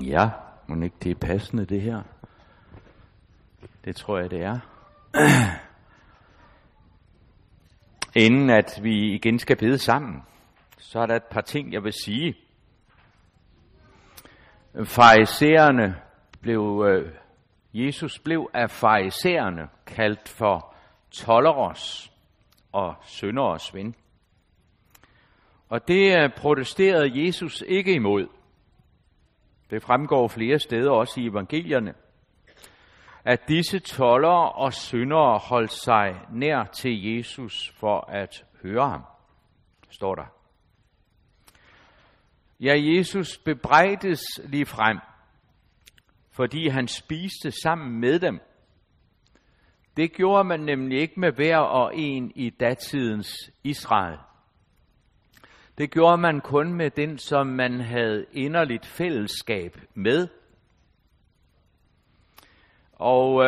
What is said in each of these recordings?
Ja, må ikke det er passende det her? Det tror jeg, det er. Inden at vi igen skal bede sammen, så er der et par ting, jeg vil sige. Jesus blev af farisæerne kaldt for tolleres og synderes ven. Og det protesterede Jesus ikke imod. Det fremgår flere steder, også i evangelierne, at disse toldere og syndere holdt sig nær til Jesus for at høre ham, står der. Ja, Jesus bebrejdes lige frem, fordi han spiste sammen med dem. Det gjorde man nemlig ikke med hver og en i datidens Israel. Det gjorde man kun med den, som man havde inderligt fællesskab med. Og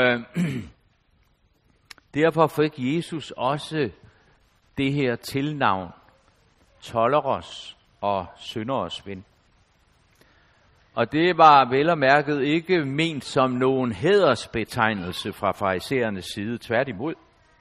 derfor fik Jesus også det her tilnavn, tolleres og synderes ven. Og det var vel og mærket ikke ment som nogen hædersbetegnelse fra farisæernes side, tværtimod.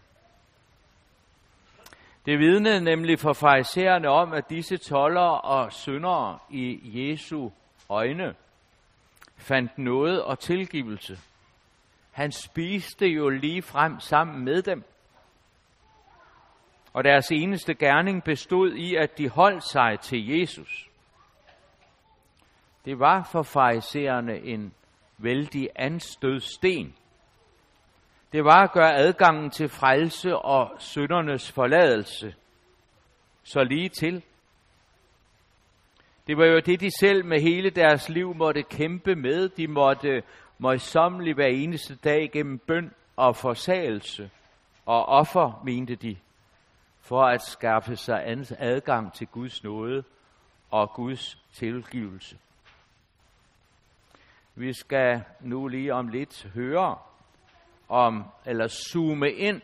Det vidnede nemlig for farisæerne om, at disse toldere og syndere i Jesu øjne fandt nåde og tilgivelse. Han spiste jo lige frem sammen med dem. Og deres eneste gerning bestod i, at de holdt sig til Jesus. Det var for farisæerne en vældig anstødssten. Det var at gøre adgangen til frelse og syndernes forladelse så lige til. Det var jo det, de selv med hele deres liv måtte kæmpe med. De måtte møjsommeligt hver eneste dag gennem bøn og forsagelse og offer, mente de, for at skaffe sig adgang til Guds nåde og Guds tilgivelse. Vi skal nu lige om lidt høre om, eller zoome ind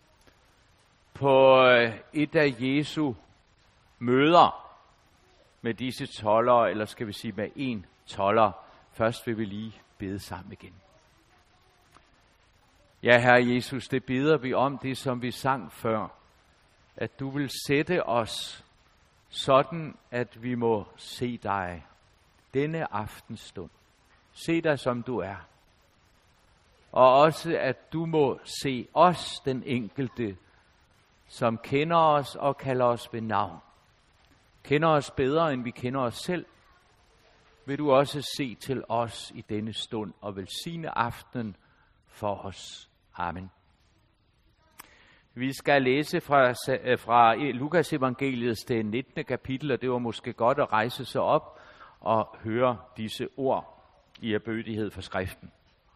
på et af Jesu møder med disse toldere, eller skal vi sige med en tolder. Først vil vi lige bede sammen igen. Ja, Herre Jesus, det beder vi om, det som vi sang før, at du vil sætte os sådan, at vi må se dig denne aftenstund. Se dig, som du er. Og også, at du må se os, den enkelte, som kender os og kalder os ved navn. Kender os bedre, end vi kender os selv. Vil du også se til os i denne stund og velsigne aftenen for os. Amen. Vi skal læse fra Lukas evangeliets det 19. kapitel, og det var måske godt at rejse sig op og høre disse ord i erbødighed for skriften.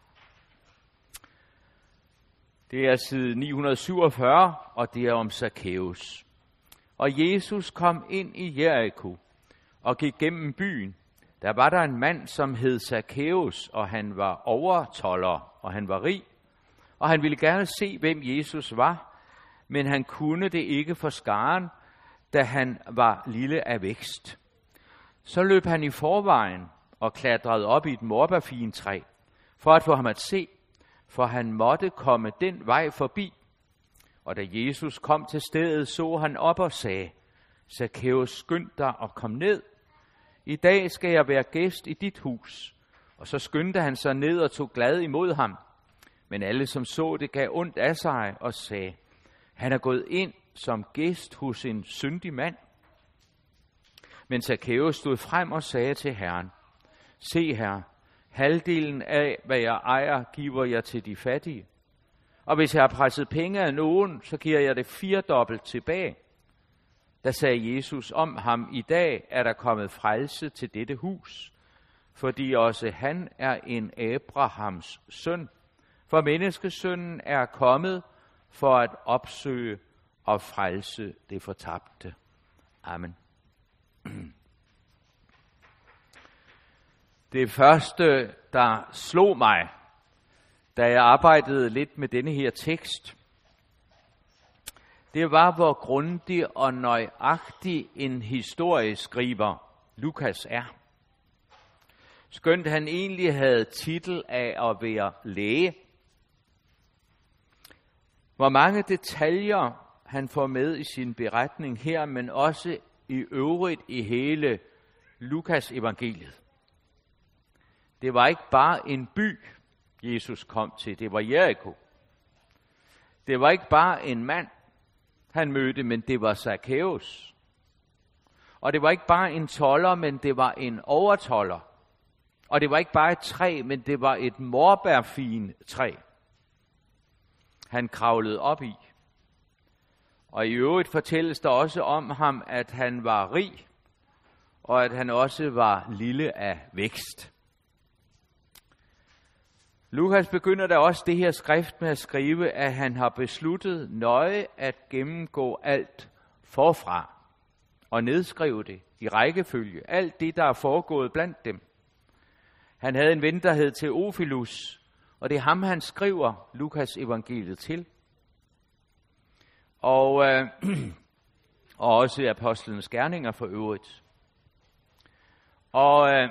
Det er side 947, og det er om Zakæus. Og Jesus kom ind i Jericho og gik gennem byen. Der var der en mand, som hed Zakæus, og han var overtolder, og han var rig. Og han ville gerne se, hvem Jesus var, men han kunne det ikke for skaren, da han var lille af vækst. Så løb han i forvejen og klatrede op i et morbærfigentræ, for at få ham at se, for han måtte komme den vej forbi. Og da Jesus kom til stedet, så han op og sagde, Zakæus, skynd dig og kom ned. I dag skal jeg være gæst i dit hus. Og så skyndte han sig ned og tog glad imod ham. Men alle, som så det, gav ondt af sig og sagde, han er gået ind som gæst hos en syndig mand. Men Zakæus stod frem og sagde til Herren, se Herre, halvdelen af, hvad jeg ejer, giver jeg til de fattige. Og hvis jeg har presset penge af nogen, så giver jeg det 4-dobbelt tilbage. Der sagde Jesus om ham, i dag er der kommet frelse til dette hus, fordi også han er en Abrahams søn. For menneskesønnen er kommet for at opsøge og frelse det fortabte. Amen. Det første, der slog mig, da jeg arbejdede lidt med denne her tekst, det var, hvor grundig og nøjagtig en historieskriver Lukas er. skønt han egentlig havde titel af at være læge. Hvor mange detaljer han får med i sin beretning her, men også i øvrigt i hele Lukas evangeliet. Det var ikke bare en by, Jesus kom til. Det var Jericho. Det var ikke bare en mand, han mødte, men det var Zakæus. Og det var ikke bare en tolder, men det var en overtolder. Og det var ikke bare et træ, men det var et morbærfin træ, han kravlede op i. Og i øvrigt fortælles der også om ham, at han var rig, og at han også var lille af vækst. Lukas begynder da også det her skrift med at skrive, at han har besluttet nøje at gennemgå alt forfra og nedskrive det i rækkefølge. Alt det, der er foregået blandt dem. Han havde en ven, der hed Theophilus, og det er ham, han skriver Lukas evangeliet til. Og også apostlenes gerninger for øvrigt. Og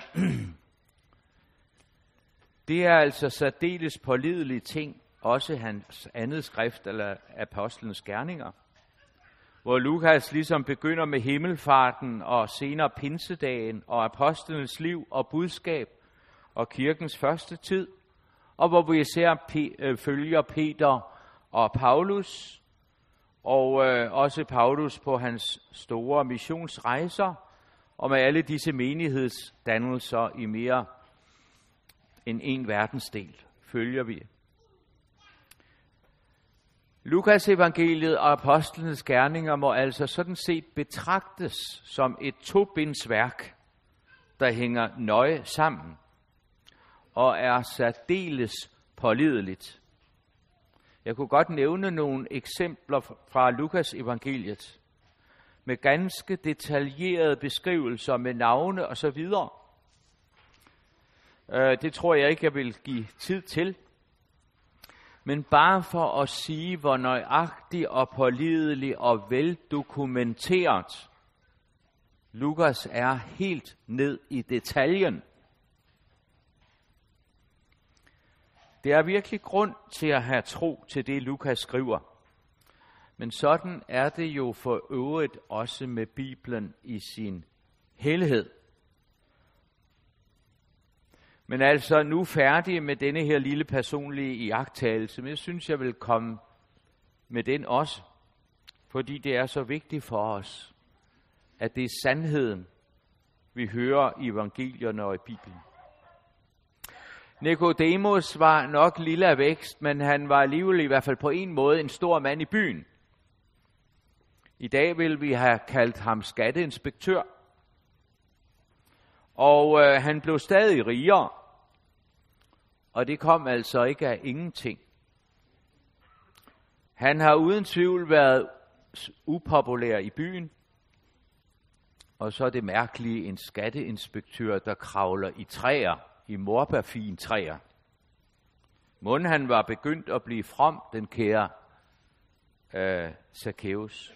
det er altså særdeles pålidelige ting, også hans andet skrift, eller apostlenes gerninger, hvor Lukas ligesom begynder med himmelfarten og senere pinsedagen og apostlenes liv og budskab og kirkens første tid, og hvor vi især følger Peter og Paulus, og også Paulus på hans store missionsrejser, og med alle disse menighedsdannelser i mere end en verdensdel følger vi. Lukas evangeliet og apostlenes gerninger må altså sådan set betragtes som et tobindsværk, der hænger nøje sammen og er særdeles pålideligt. Jeg kunne godt nævne nogle eksempler fra Lukas evangeliet med ganske detaljerede beskrivelser med navne og så videre. Det tror jeg ikke, jeg vil give tid til. Men bare for at sige, hvor nøjagtig og pålidelig og veldokumenteret Lukas er helt ned i detaljen. Det er virkelig grund til at have tro til det, Lukas skriver. Men sådan er det jo for øvrigt også med Bibelen i sin helhed. Men altså nu færdig med denne her lille personlige iagttagelse, men jeg synes, jeg vil komme med den også, fordi det er så vigtigt for os, at det er sandheden, vi hører i evangelierne og i Bibelen. Nikodemus var nok lille af vækst, men han var alligevel i hvert fald på en måde en stor mand i byen. I dag vil vi have kaldt ham skatteinspektør. Og han blev stadig rigere, og det kom altså ikke af ingenting. Han har uden tvivl været upopulær i byen, og så er det mærkelige en skatteinspektør, der kravler i træer, i morbærfin træer. Mon han var begyndt at blive from, den kære Zakæus.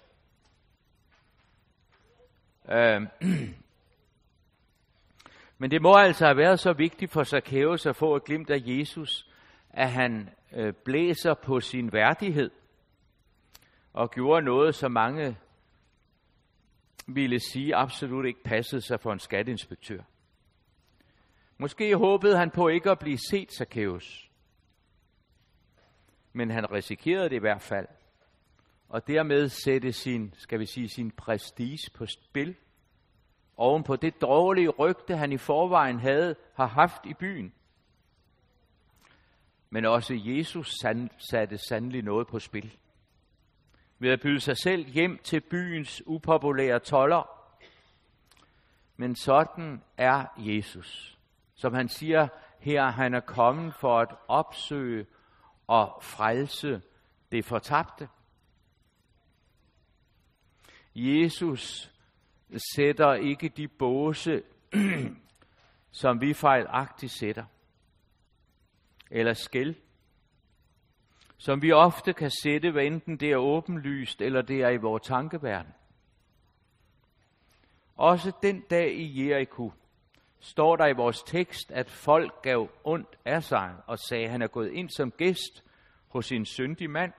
Men det må altså have været så vigtigt for Zakæus at få et glimt af Jesus, at han blæser på sin værdighed og gjorde noget, som mange ville sige absolut ikke passede sig for en skatteinspektør. Måske håbede han på ikke at blive set, Zakæus. Men han risikerede det i hvert fald. Og dermed sætte sin prestige på spil. Oven på det dårlige rygte, han i forvejen har haft i byen. Men også Jesus satte sandelig noget på spil. Ved at byde sig selv hjem til byens upopulære tolder. Men sådan er Jesus. Som han siger her, han er kommet for at opsøge og frelse det fortabte. Jesus sætter ikke de båse, som vi fejlagtigt sætter, eller skel, som vi ofte kan sætte, hvad enten det er åbenlyst, eller det er i vores tankeverden. Også den dag i Jericho står der i vores tekst, at folk gav ondt af sig og sagde, at han er gået ind som gæst hos en syndig mand.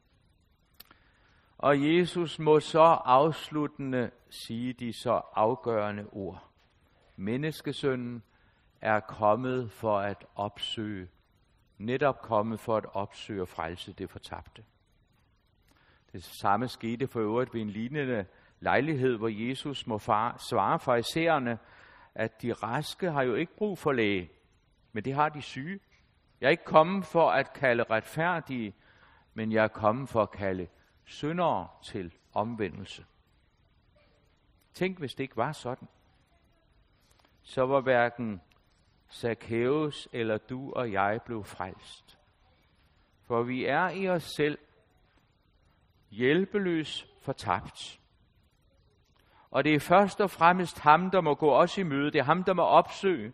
Og Jesus må så afsluttende sige de så afgørende ord. Menneskesønnen er kommet for at opsøge, netop kommet for at opsøge og frelse det fortabte. Det samme skete for øvrigt ved en lignende lejlighed, hvor Jesus må svare farisæerne, at de raske har jo ikke brug for læge, men det har de syge. Jeg er ikke kommet for at kalde retfærdige, men jeg er kommet for at kalde syndere til omvendelse. Tænk, hvis det ikke var sådan. Så var hverken Zakæus eller du og jeg blev frelst. For vi er i os selv hjælpeløs fortabt. Og det er først og fremmest ham, der må gå os i møde. Det er ham, der må opsøge.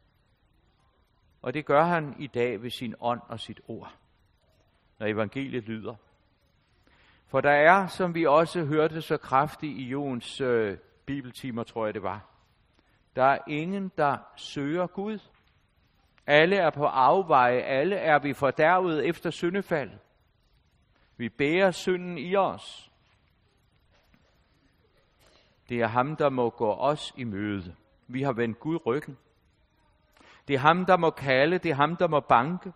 Og det gør han i dag ved sin ånd og sit ord, når evangeliet lyder. For der er, som vi også hørte så kraftigt i Jons bibeltimer, tror jeg det var, der er ingen, der søger Gud. Alle er på afveje, alle er vi fordærvet efter syndefaldet. Vi bærer synden i os. Det er ham, der må gå os i møde. Vi har vendt Gud ryggen. Det er ham, der må kalde, det er ham, der må banke.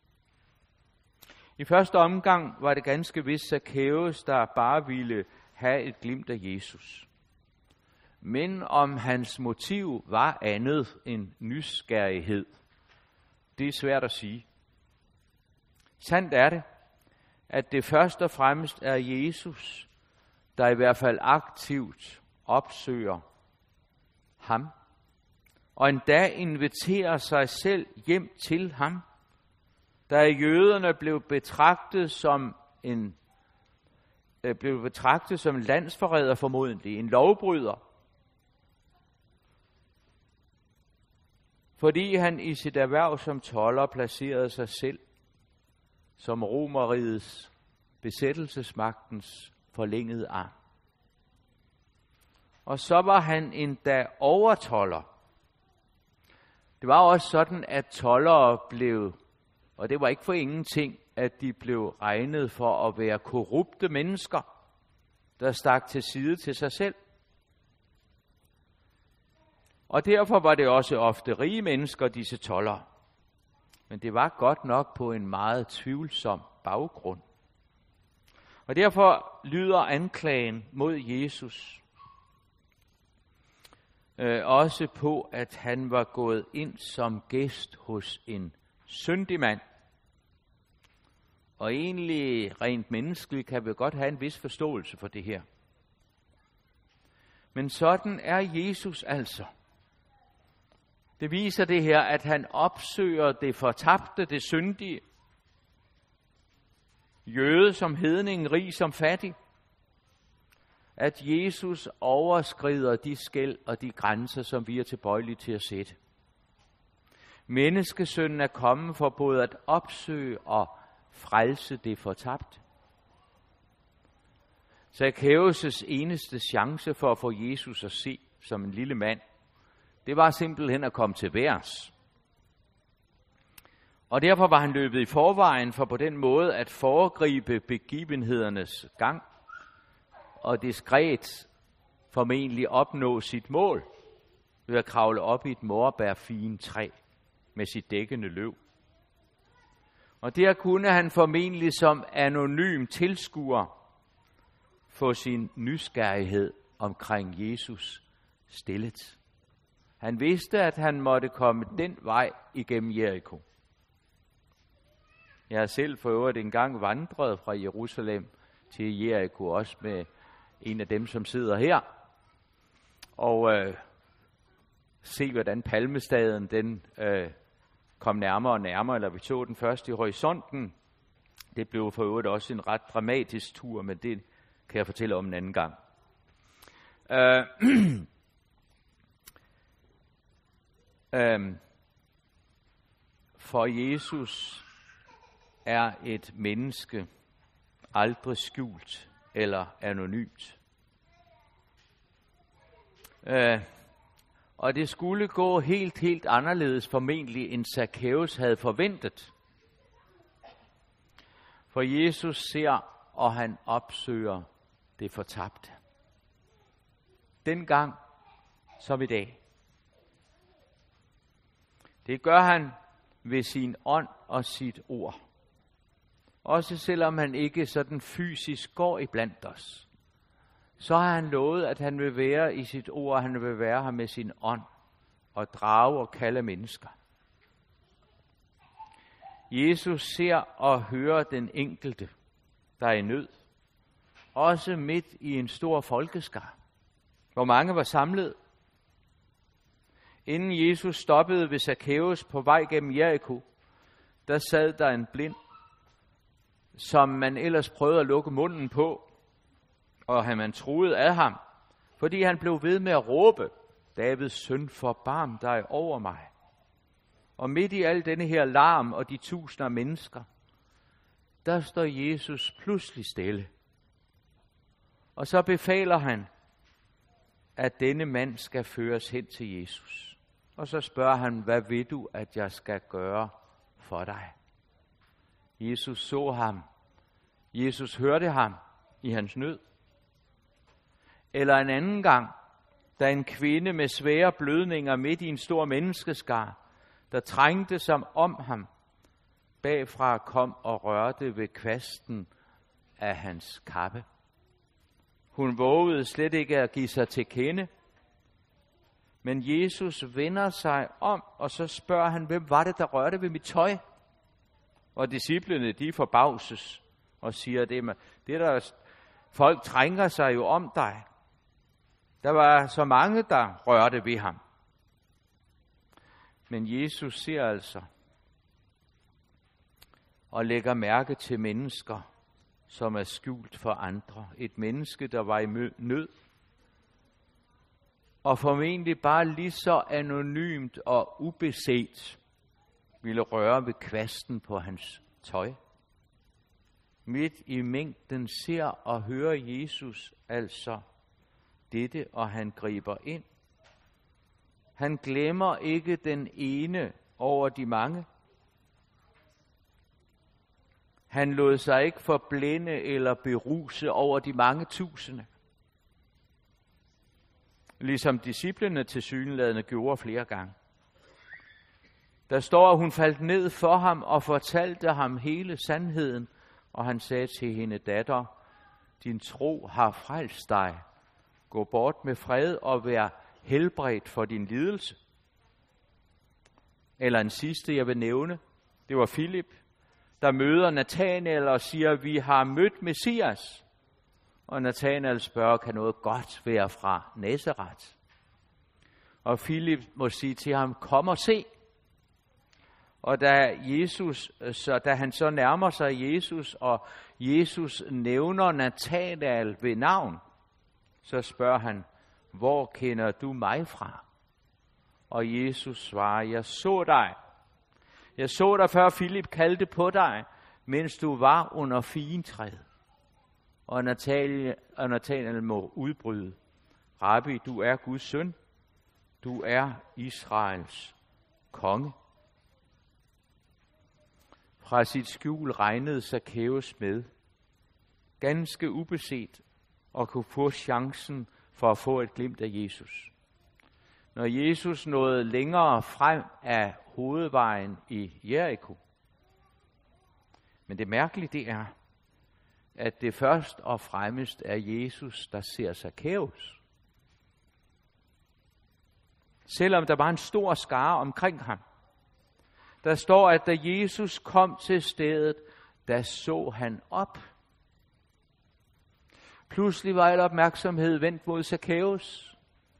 I første omgang var det ganske vist Zakæus, der bare ville have et glimt af Jesus. Men om hans motiv var andet end nysgerrighed, det er svært at sige. Sandt er det, at det først og fremmest er Jesus, der i hvert fald aktivt opsøger ham, og endda inviterer sig selv hjem til ham, da jøderne blev betragtet som landsforræder formodentlig, en lovbryder, fordi han i sit erhverv som tolder placerede sig selv som Romerrigets besættelsesmagtens forlængede arm. Og så var han endda overtolder. Det var også sådan, at toldere blev, og det var ikke for ingenting, at de blev regnet for at være korrupte mennesker, der stak til side til sig selv. Og derfor var det også ofte rige mennesker, disse toldere. Men det var godt nok på en meget tvivlsom baggrund. Og derfor lyder anklagen mod Jesus også på, at han var gået ind som gæst hos en syndig mand. Og egentlig rent menneskeligt kan vi godt have en vis forståelse for det her. Men sådan er Jesus altså. Det viser det her, at han opsøger det fortabte, det syndige. Jøde som hedning, rig som fattig. At Jesus overskrider de skel og de grænser, som vi er tilbøjelige til at sætte. Menneskesønnen er kommet for både at opsøge og frelse det fortabte. Zakæus' eneste chance for at få Jesus at se som en lille mand, det var simpelthen at komme til værs. Og derfor var han løbet i forvejen for på den måde at foregribe begivenhedernes gang og diskret formentlig opnå sit mål ved at kravle op i et morbærfint træ med sit dækkende løv. Og der kunne han formentlig som anonym tilskuer få sin nysgerrighed omkring Jesus stillet. Han vidste, at han måtte komme den vej igennem Jericho. Jeg har selv for øvrigt engang vandret fra Jerusalem til Jericho, også med en af dem, som sidder her. Og se, hvordan palmestaden den kom nærmere og nærmere, eller vi så den først i horisonten. Det blev for øvrigt også en ret dramatisk tur, men det kan jeg fortælle om en anden gang. For Jesus er et menneske aldrig skjult og Og det skulle gå helt anderledes formentlig, end Zakæus havde forventet. For Jesus ser, og han opsøger det fortabte. Dengang som i dag. Det gør han ved sin ånd og sit ord. Også selvom han ikke sådan fysisk går iblandt os, så har han lovet, at han vil være i sit ord, han vil være her med sin ånd og drage og kalde mennesker. Jesus ser og hører den enkelte, der er i nød, også midt i en stor folkeskar, hvor mange var samlet. Inden Jesus stoppede ved Zakæus på vej gennem Jericho, der sad der en blind, som man ellers prøvede at lukke munden på, og man truede af ham, fordi han blev ved med at råbe, Davids søn, forbarm dig over mig. Og midt i al denne her larm og de tusinder af mennesker, der står Jesus pludselig stille. Og så befaler han, at denne mand skal føres hen til Jesus. Og så spørger han, hvad vil du, at jeg skal gøre for dig? Jesus så ham. Jesus hørte ham i hans nød. Eller en anden gang, da en kvinde med svære blødninger midt i en stor menneskeskar, der trængte som om ham, bagfra kom og rørte ved kvasten af hans kappe. Hun vågede slet ikke at give sig til kende, men Jesus vender sig om, og så spørger han, hvem var det, der rørte ved mit tøj? Og disciplene, de forbavses og siger, det der folk trænger sig jo om dig. Der var så mange, der rørte ved ham. Men Jesus ser altså og lægger mærke til mennesker, som er skjult for andre. Et menneske, der var i nød, og formentlig bare lige så anonymt og ubeset ville røre ved kvasten på hans tøj. Midt i mængden ser og hører Jesus altså dette, og han griber ind. Han glemmer ikke den ene over de mange. Han lod sig ikke forblænde eller beruse over de mange tusinde, ligesom disciplene tilsyneladende gjorde flere gange. Der står, at hun faldt ned for ham og fortalte ham hele sandheden, og han sagde til hende, datter, din tro har frelst dig. Gå bort med fred og vær helbredt for din lidelse. Eller en sidste, jeg vil nævne, det var Filip, der møder Nathanael og siger, vi har mødt Messias. Og Nathanael spørger, kan noget godt være fra Nazaret? Og Filip må sige til ham, kom og se. Og da han så nærmer sig Jesus, og Jesus nævner Nathanael ved navn, så spørger han, hvor kender du mig fra? Og Jesus svarer, jeg så dig. Jeg så dig, før Filip kaldte på dig, mens du var under figentræet. Og Nathanael må udbryde, Rabbi, du er Guds søn. Du er Israels konge. Fra sit skjul regnede Zakæus med, ganske ubeset, og kunne få chancen for at få et glimt af Jesus. Når Jesus nåede længere frem af hovedvejen i Jericho. Men det mærkelige det er, at det først og fremmest er Jesus, der ser Zakæus. Selvom der var en stor skare omkring ham. Der står, at da Jesus kom til stedet, der så han op. Pludselig var al opmærksomhed vendt mod Zakæus.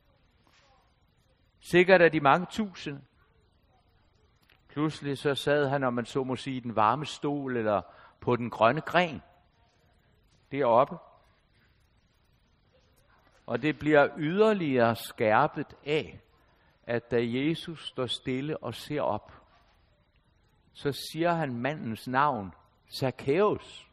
Sikkert af de mange tusinde. Pludselig så sad han, om man så må sige, i den varme stol eller på den grønne gren. Deroppe. Og det bliver yderligere skærpet af, at da Jesus står stille og ser op, så siger han mandens navn, Zakæus.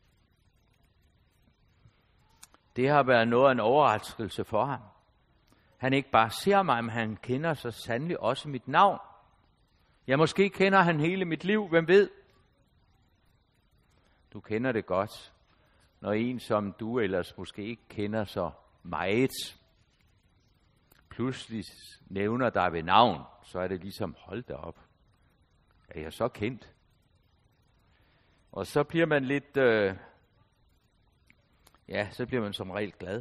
Det har været noget af en overraskelse for ham. han ikke bare ser mig, men han kender så sandelig også mit navn. Ja, måske kender han hele mit liv, hvem ved? Du kender det godt, når en, som du ellers måske ikke kender så meget, pludselig nævner dig ved navn, så er det ligesom, hold da op. Er jeg så kendt? Og så bliver man lidt, så bliver man som regel glad.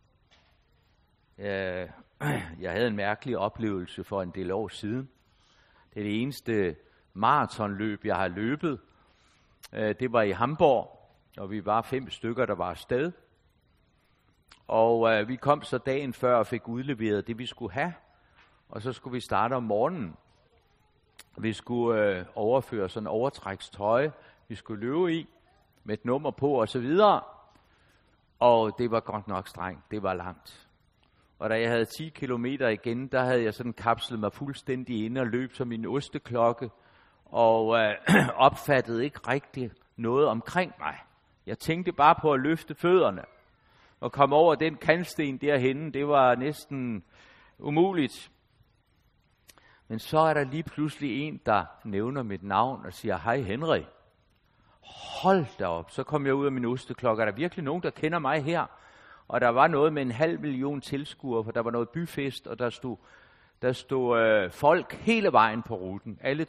Jeg havde en mærkelig oplevelse for en del år siden. Det er det eneste maratonløb, jeg har løbet. Det var i Hamburg, og vi var 5 stykker, der var afsted. Og vi kom så dagen før og fik udleveret det, vi skulle have. Og så skulle vi starte om morgenen. Vi skulle overføre sådan en overtrækstrøje, vi skulle løbe i, med et nummer på og så videre. Og det var godt nok strengt, det var langt. Og da jeg havde 10 kilometer igen, der havde jeg sådan kapslet mig fuldstændig ind og løb som en osteklokke, og opfattede ikke rigtig noget omkring mig. Jeg tænkte bare på at løfte fødderne, og komme over den kantsten derhenne, det var næsten umuligt. Men så er der lige pludselig en, der nævner mit navn og siger, hej Henry. Hold da op, så kom jeg ud af min osteklokke. Er der virkelig nogen, der kender mig her? Og der var noget med 500.000 tilskuere, for der var noget byfest, og der stod folk hele vejen på ruten. Alle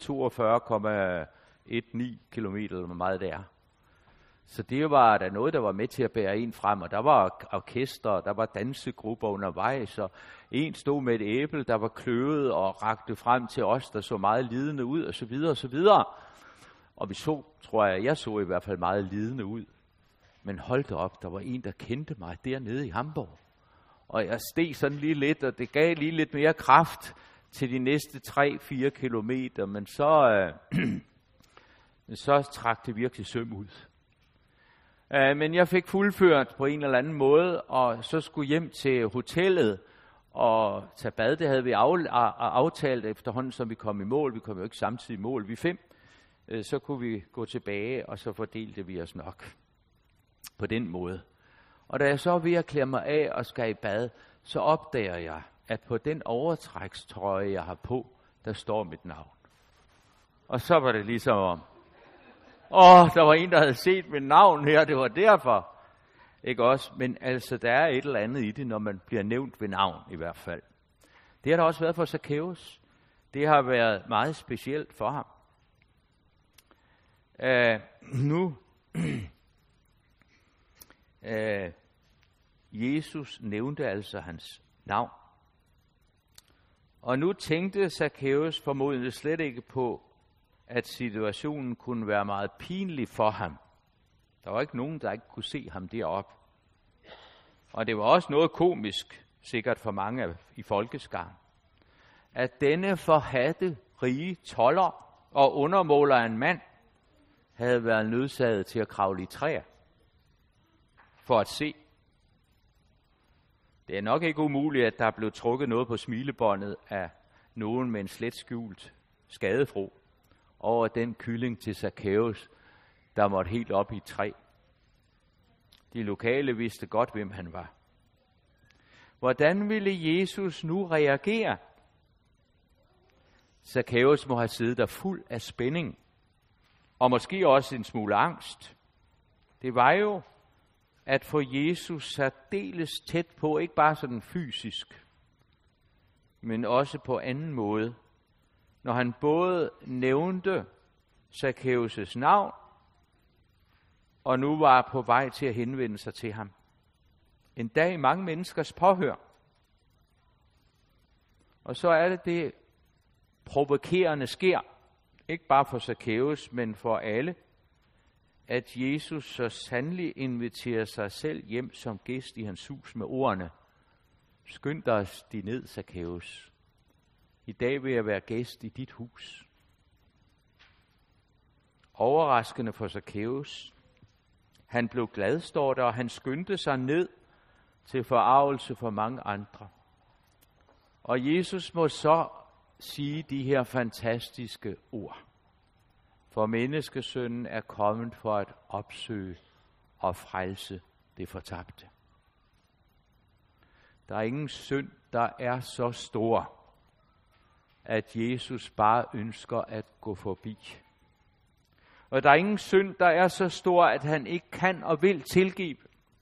42,19 kilometer, eller hvor meget det er. Så det var der noget, der var med til at bære en frem, og der var orkester, der var dansegrupper undervejs, og en stod med et æble, der var kløvet og rakte frem til os, der så meget lidende ud, og så videre, og så videre. Og vi så, tror jeg så i hvert fald meget lidende ud. Men hold da op, der var en, der kendte mig dernede i Hamburg. Og jeg steg sådan lige lidt, og det gav lige lidt mere kraft til de næste 3-4 kilometer, men så trak det virkelig søm ud. Men jeg fik fuldført på en eller anden måde, og så skulle hjem til hotellet og tage bad. Det havde vi aftalt efterhånden, som vi kom i mål. Vi kom jo ikke samtidig i mål, vi 5. Så kunne vi gå tilbage, og så fordelte vi os nok på den måde. Og da jeg så er ved at klæde mig af og skal i bad, så opdager jeg, at på den overtrækstrøje, jeg har på, der står mit navn. Og så var det ligesom om, der var en, der havde set mit navn her, det var derfor. Ikke også? Men altså, der er et eller andet i det, når man bliver nævnt ved navn i hvert fald. Det har der også været for Zacchaeus. Det har været meget specielt for ham. Jesus nævnte altså hans navn. Og nu tænkte Zacchaeus formodentlig slet ikke på, at situationen kunne være meget pinlig for ham. Der var ikke nogen, der ikke kunne se ham deroppe. Og det var også noget komisk, sikkert for mange i folkeskaren, at denne forhadte, rige toller og undermåler en mand, havde været nødsaget til at kravle i træer for at se. Det er nok ikke umuligt, at der er blevet trukket noget på smilebåndet af nogen med en slet skjult skadefro over den kylling til Zacchaeus, der måtte helt op i et træ. De lokale vidste godt, hvem han var. Hvordan ville Jesus nu reagere? Zacchaeus må have siddet der fuld af spænding, og måske også en smule angst. Det var jo at få Jesus særdeles tæt på, ikke bare sådan fysisk, men også på anden måde, når han både nævnte Zacchaeus' navn, og nu var på vej til at henvende sig til ham. En dag i mange menneskers påhør. Og så er det provokerende sker, ikke bare for Zacchaeus, men for alle, at Jesus så sandelig inviterer sig selv hjem som gæst i hans hus med ordene: skynd dig stig ned, Zacchaeus. I dag vil jeg være gæst i dit hus. Overraskende for Zacchaeus. Han blev glad, står der, og han skyndte sig ned til forargelse for mange andre. Og Jesus må så sige de her fantastiske ord. For menneskesønnen er kommet for at opsøge og frelse det fortabte. Der er ingen synd, der er så stor, at Jesus bare ønsker at gå forbi. Og der er ingen synd, der er så stor, at han ikke kan og vil tilgive.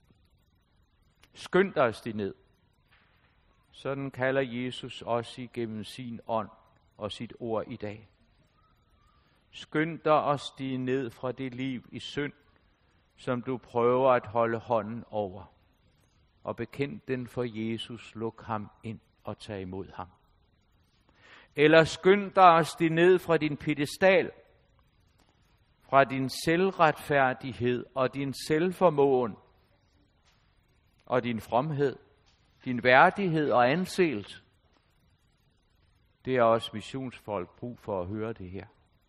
Skynd dig at stige ned. Sådan kalder Jesus os igennem sin ånd og sit ord i dag. Skynd dig at stige ned fra det liv i synd, som du prøver at holde hånden over. Og bekend den for Jesus, luk ham ind og tag imod ham. Eller skynd dig at stige ned fra din piedestal, fra din selvretfærdighed og din selvformåen og din fromhed, din værdighed og anseelse. Det er også missionsfolk brug for at høre det her.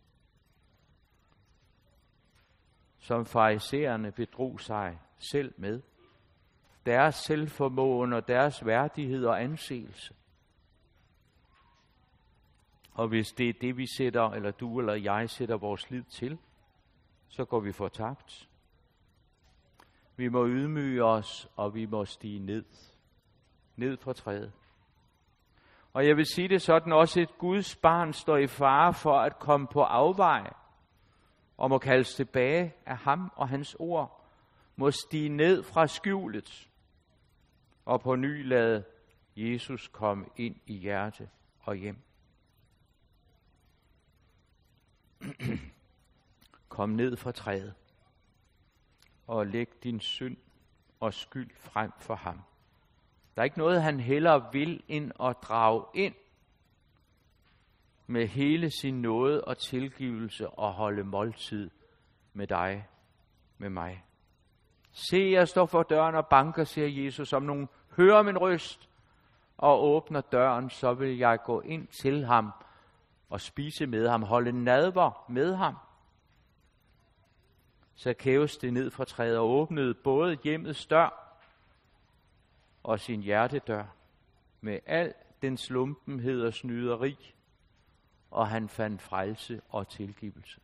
Som farisæerne bedrog sig selv med. Deres selvformåen og deres værdighed og anseelse. Og hvis det er det, vi sætter, eller du eller jeg sætter vores lid til, så går vi fortabt. Vi må ydmyge os, og vi må stige ned. Ned fra træet. Og jeg vil sige det sådan, også et Guds barn står i fare for at komme på afveje, og må kaldes tilbage af ham og hans ord, må stige ned fra skjulet, og på ny lade Jesus komme ind i hjerte og hjem. Kom ned fra træet, og læg din synd og skyld frem for ham. Der er ikke noget, han hellere vil end at drage ind med hele sin nåde og tilgivelse og holde måltid med dig, med mig. Se, jeg står for døren og banker, siger Jesus, om nogen hører min røst og åbner døren, så vil jeg gå ind til ham og spise med ham, holde nadver med ham. Zakæus steg ned fra træet og åbnede både hjemmets dør og sin hjertedør med al den slumpenhed og snyderi, og han fandt frelse og tilgivelse.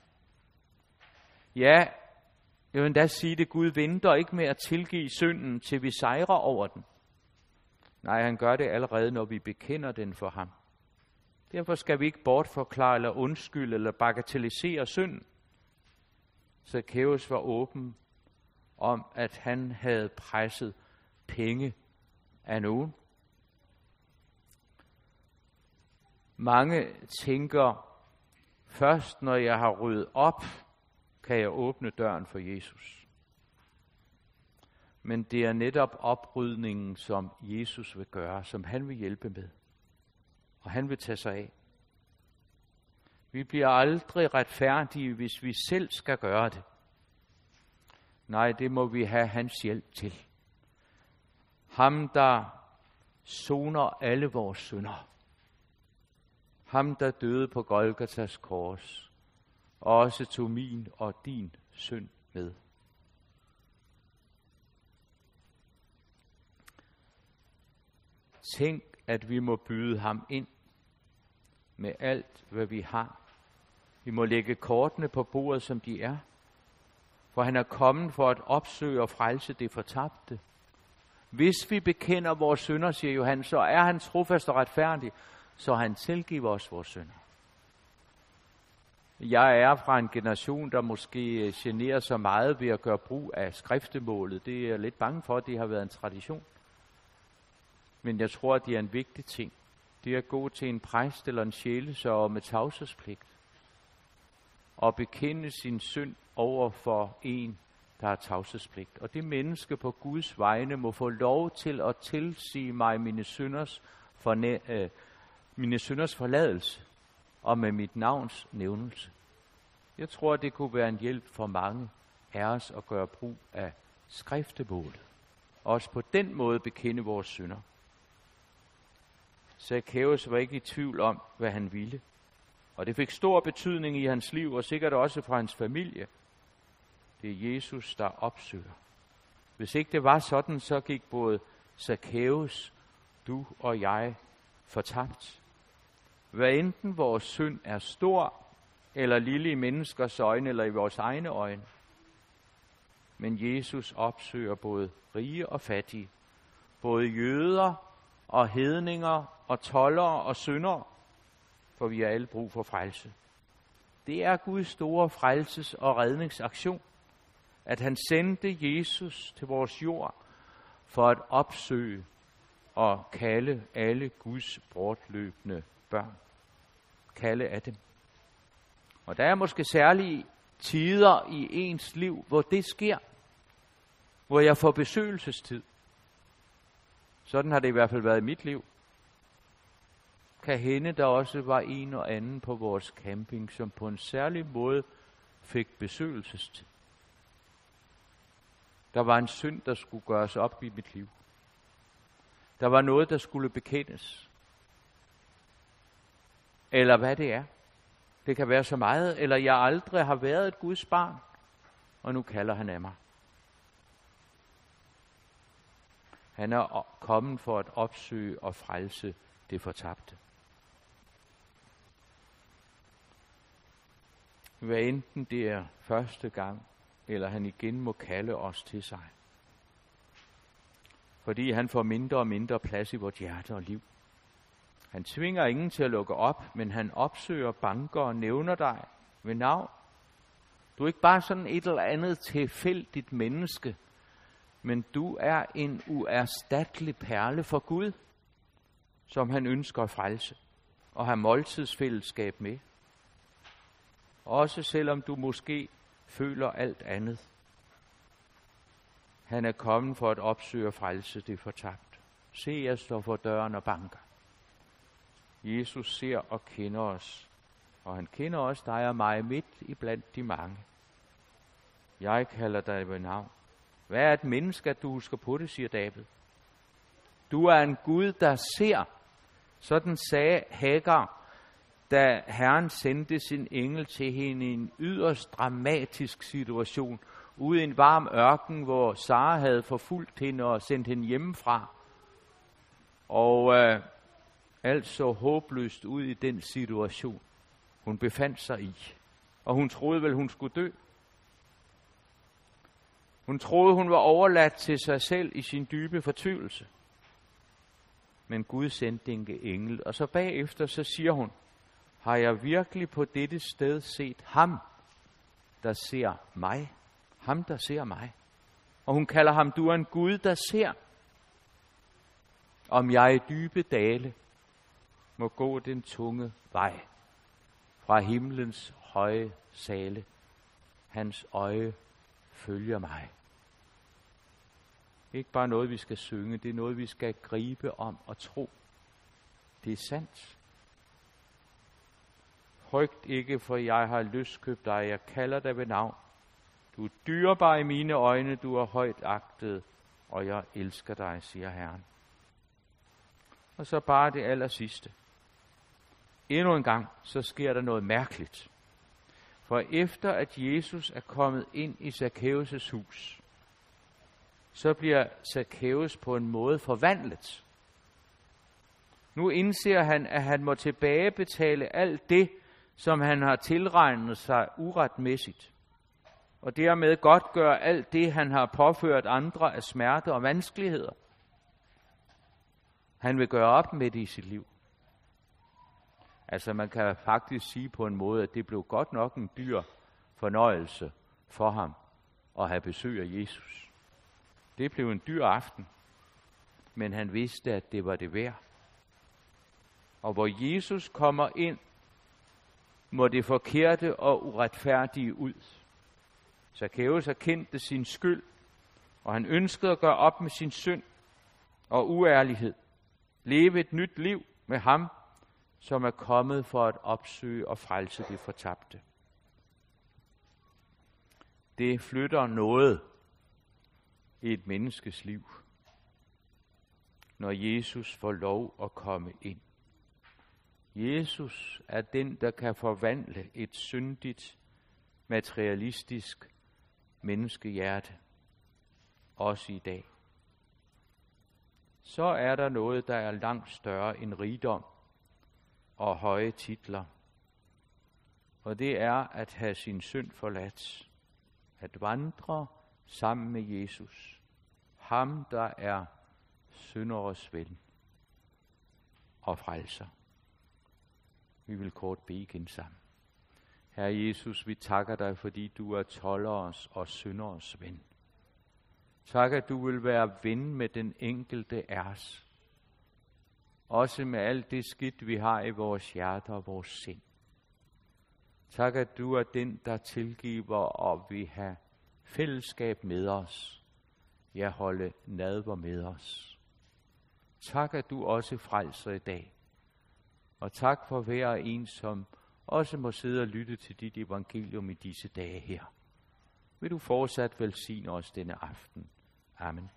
Ja, jeg vil endda sige det, Gud venter ikke med at tilgive synden, til vi sejrer over den. Nej, han gør det allerede, når vi bekender den for ham. Derfor skal vi ikke bortforklare eller undskylde eller bagatellisere synden. Zakæus var åben om, at han havde presset penge af nogen. Mange tænker, først når jeg har ryddet op, kan jeg åbne døren for Jesus. Men det er netop oprydningen, som Jesus vil gøre, som han vil hjælpe med. Og han vil tage sig af. Vi bliver aldrig retfærdige, hvis vi selv skal gøre det. Nej, det må vi have hans hjælp til. Ham, der soner alle vores synder. Ham, der døde på Golgatas kors, og også tog min og din synd med. Tænk, at vi må byde ham ind med alt, hvad vi har. Vi må lægge kortene på bordet, som de er. For han er kommet for at opsøge og frelse det fortabte. Hvis vi bekender vores synder, siger Johannes, så er han trofast og retfærdig, så han tilgiver os vores synder. Jeg er fra en generation, der måske generer så meget ved at gøre brug af skriftemålet. Det er jeg lidt bange for, at det har været en tradition. Men jeg tror, at det er en vigtig ting. Det er at gå til en præst eller en sjælesørger med tavshedspligt og bekende sin synd over for en, der har tavshedspligt. Og det menneske på Guds vegne må få lov til at tilsige mig mine synders forladelse og med mit navns nævnelse. Jeg tror, det kunne være en hjælp for mange af os at gøre brug af skriftemålet. Og også på den måde bekende vores synder. Zakæus var ikke i tvivl om, hvad han ville. Og det fik stor betydning i hans liv, og sikkert også fra hans familie. Det er Jesus, der opsøger. Hvis ikke det var sådan, så gik både Zakæus, du og jeg fortabt. Hvad enten vores synd er stor, eller lille i menneskers øjne, eller i vores egne øjne. Men Jesus opsøger både rige og fattige, både jøder og hedninger og toldere og syndere, for vi har alle brug for frelse. Det er Guds store frelses- og redningsaktion, at han sendte Jesus til vores jord for at opsøge og kalde alle Guds bortløbne børn. Kalde af dem. Og der er måske særlige tider i ens liv, hvor det sker, hvor jeg får besøgelsestid. Sådan har det i hvert fald været i mit liv. Kan hende, der også var en og anden på vores camping, som på en særlig måde fik besøgelsestid. Der var en synd, der skulle gøres op i mit liv. Der var noget, der skulle bekendes. Eller hvad det er. Det kan være så meget, eller jeg aldrig har været et Guds barn, og nu kalder han af mig. Han er kommet for at opsøge og frelse det fortabte. Hvad enten det er første gang, eller han igen må kalde os til sig. Fordi han får mindre og mindre plads i vort hjerte og liv. Han tvinger ingen til at lukke op, men han opsøger, banker og nævner dig ved navn. Du er ikke bare sådan et eller andet tilfældigt menneske, men du er en uerstattelig perle for Gud, som han ønsker at frelse og have måltidsfællesskab med. Også selvom du måske føler alt andet. Han er kommet for at opsøge og frelse det fortabt. Se, jeg står for døren og banker. Jesus ser og kender os, og han kender også dig og mig midt iblandt de mange. Jeg kalder dig ved navn. Hvad er et menneske, at du husker på det, siger David. Du er en Gud, der ser. Sådan sagde Hagar, da Herren sendte sin engel til hende i en yderst dramatisk situation, ude i en varm ørken, hvor Sara havde forfulgt hende og sendt hende hjemmefra. Og alt så håbløst ud i den situation, hun befandt sig i. Og hun troede vel, hun skulle dø. Hun troede, hun var overladt til sig selv i sin dybe fortvivlelse. Men Gud sendte en engel, og så bagefter så siger hun, har jeg virkelig på dette sted set ham, der ser mig? Ham, der ser mig. Og hun kalder ham, du er en Gud, der ser. Om jeg i dybe dale må gå den tunge vej fra himlens høje sale. Hans øje følger mig. Ikke bare noget, vi skal synge, det er noget, vi skal gribe om og tro. Det er sandt. Frygt ikke, for jeg har løskøbt dig. Jeg kalder dig ved navn. Du er dyrebar i mine øjne, du er højt agtet, og jeg elsker dig, siger Herren. Og så bare det allersidste. Endnu en gang, så sker der noget mærkeligt. For efter at Jesus er kommet ind i Zakæus' hus, så bliver Zakæus på en måde forvandlet. Nu indser han, at han må tilbagebetale alt det, som han har tilregnet sig uretmæssigt. Og dermed godt gøre alt det, han har påført andre af smerte og vanskeligheder. Han vil gøre op med det i sit liv. Altså man kan faktisk sige på en måde, at det blev godt nok en dyr fornøjelse for ham at have besøg af Jesus. Det blev en dyr aften, men han vidste, at det var det værd. Og hvor Jesus kommer ind, må det forkerte og uretfærdige ud. Zakæus erkendte sin skyld, og han ønskede at gøre op med sin synd og uærlighed. Leve et nyt liv med ham, som er kommet for at opsøge og frelse det fortabte. Det flytter noget i et menneskes liv, når Jesus får lov at komme ind. Jesus er den, der kan forvandle et syndigt, materialistisk menneskehjerte, også i dag. Så er der noget, der er langt større end rigdom og høje titler. Og det er at have sin synd forladt. At vandre sammen med Jesus. Ham, der er synderes ven og frelser. Vi vil kort bede igen sammen. Herre Jesus, vi takker dig, fordi du er tolleres og synderes ven. Tak, at du vil være ven med den enkelte af os. Også med alt det skidt, vi har i vores hjerte og vores sind. Tak, at du er den, der tilgiver og vil have fællesskab med os. Ja, holde nadver med os. Tak, at du også frelser i dag. Og tak for hver en, som også må sidde og lytte til dit evangelium i disse dage her. Vil du fortsat velsigne os denne aften. Amen.